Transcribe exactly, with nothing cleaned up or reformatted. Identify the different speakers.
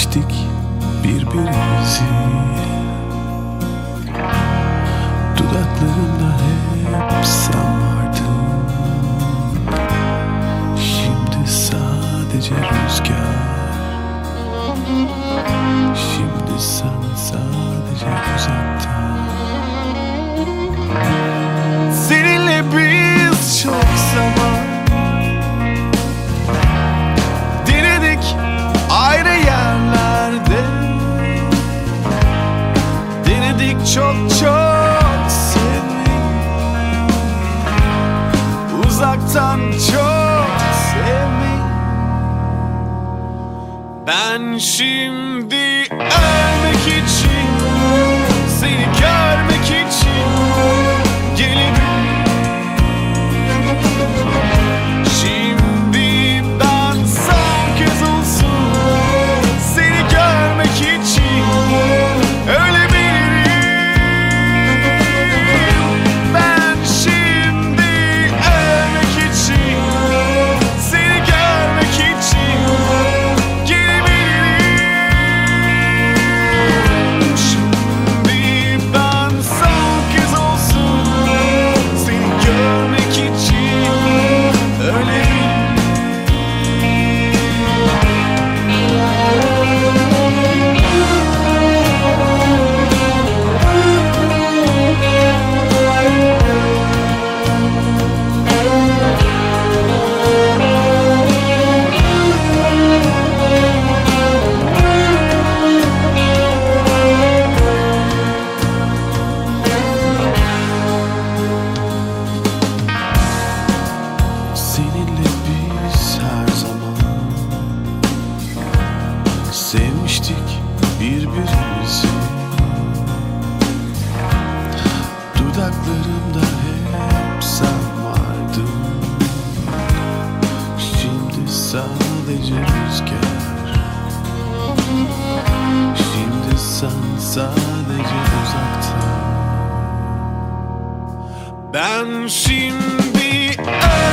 Speaker 1: Sevmiştik birbirimizi, dudaklarımda hep sen vardın. Şimdi sadece rüzgar, şimdi sen sadece uzakta. Seninle biz çok zaman denedik ayrı yerlerde, denedik çok çok sevmeyi, uzaktan çok sevmeyi. Ben şimdi ölmek için, seni görmek için gelebilirim. Şimdi ben son kez olsun seni görmek için ölebilirim. Ben şimdi ölmek için, seni görmek için gelebilirim. Şimdi ben son kez olsun seni görmek için ölebilirim. Seninle biz her zaman sevmiştik birbirimizi, dudaklarımda hep sen vardın. Şimdi sadece rüzgar, şimdi sen sadece uzakta. Ben şimdi